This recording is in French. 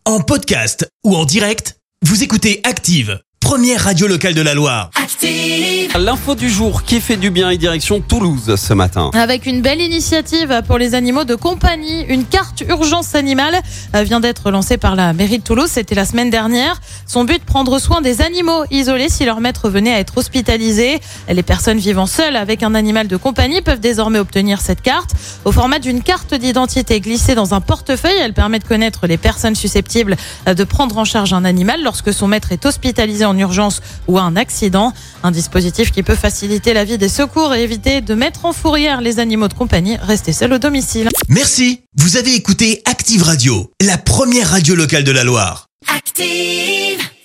En podcast ou en direct, vous écoutez Active, première radio locale de la Loire. Active. L'info du jour qui fait du bien et direction Toulouse ce matin. Avec une belle initiative pour les animaux de compagnie, une carte urgence animale vient d'être lancée par la mairie de Toulouse. C'était la semaine dernière. Son but, prendre soin des animaux isolés si leur maître venait à être hospitalisé. Les personnes vivant seules avec un animal de compagnie peuvent désormais obtenir cette carte au format d'une carte d'identité glissée dans un portefeuille. Elle permet de connaître les personnes susceptibles de prendre en charge un animal lorsque son maître est hospitalisé en urgence ou à un accident. Un dispositif qui peut faciliter la vie des secours et éviter de mettre en fourrière les animaux de compagnie restés seuls au domicile. Merci, vous avez écouté Active Radio, la première radio locale de la Loire. Active.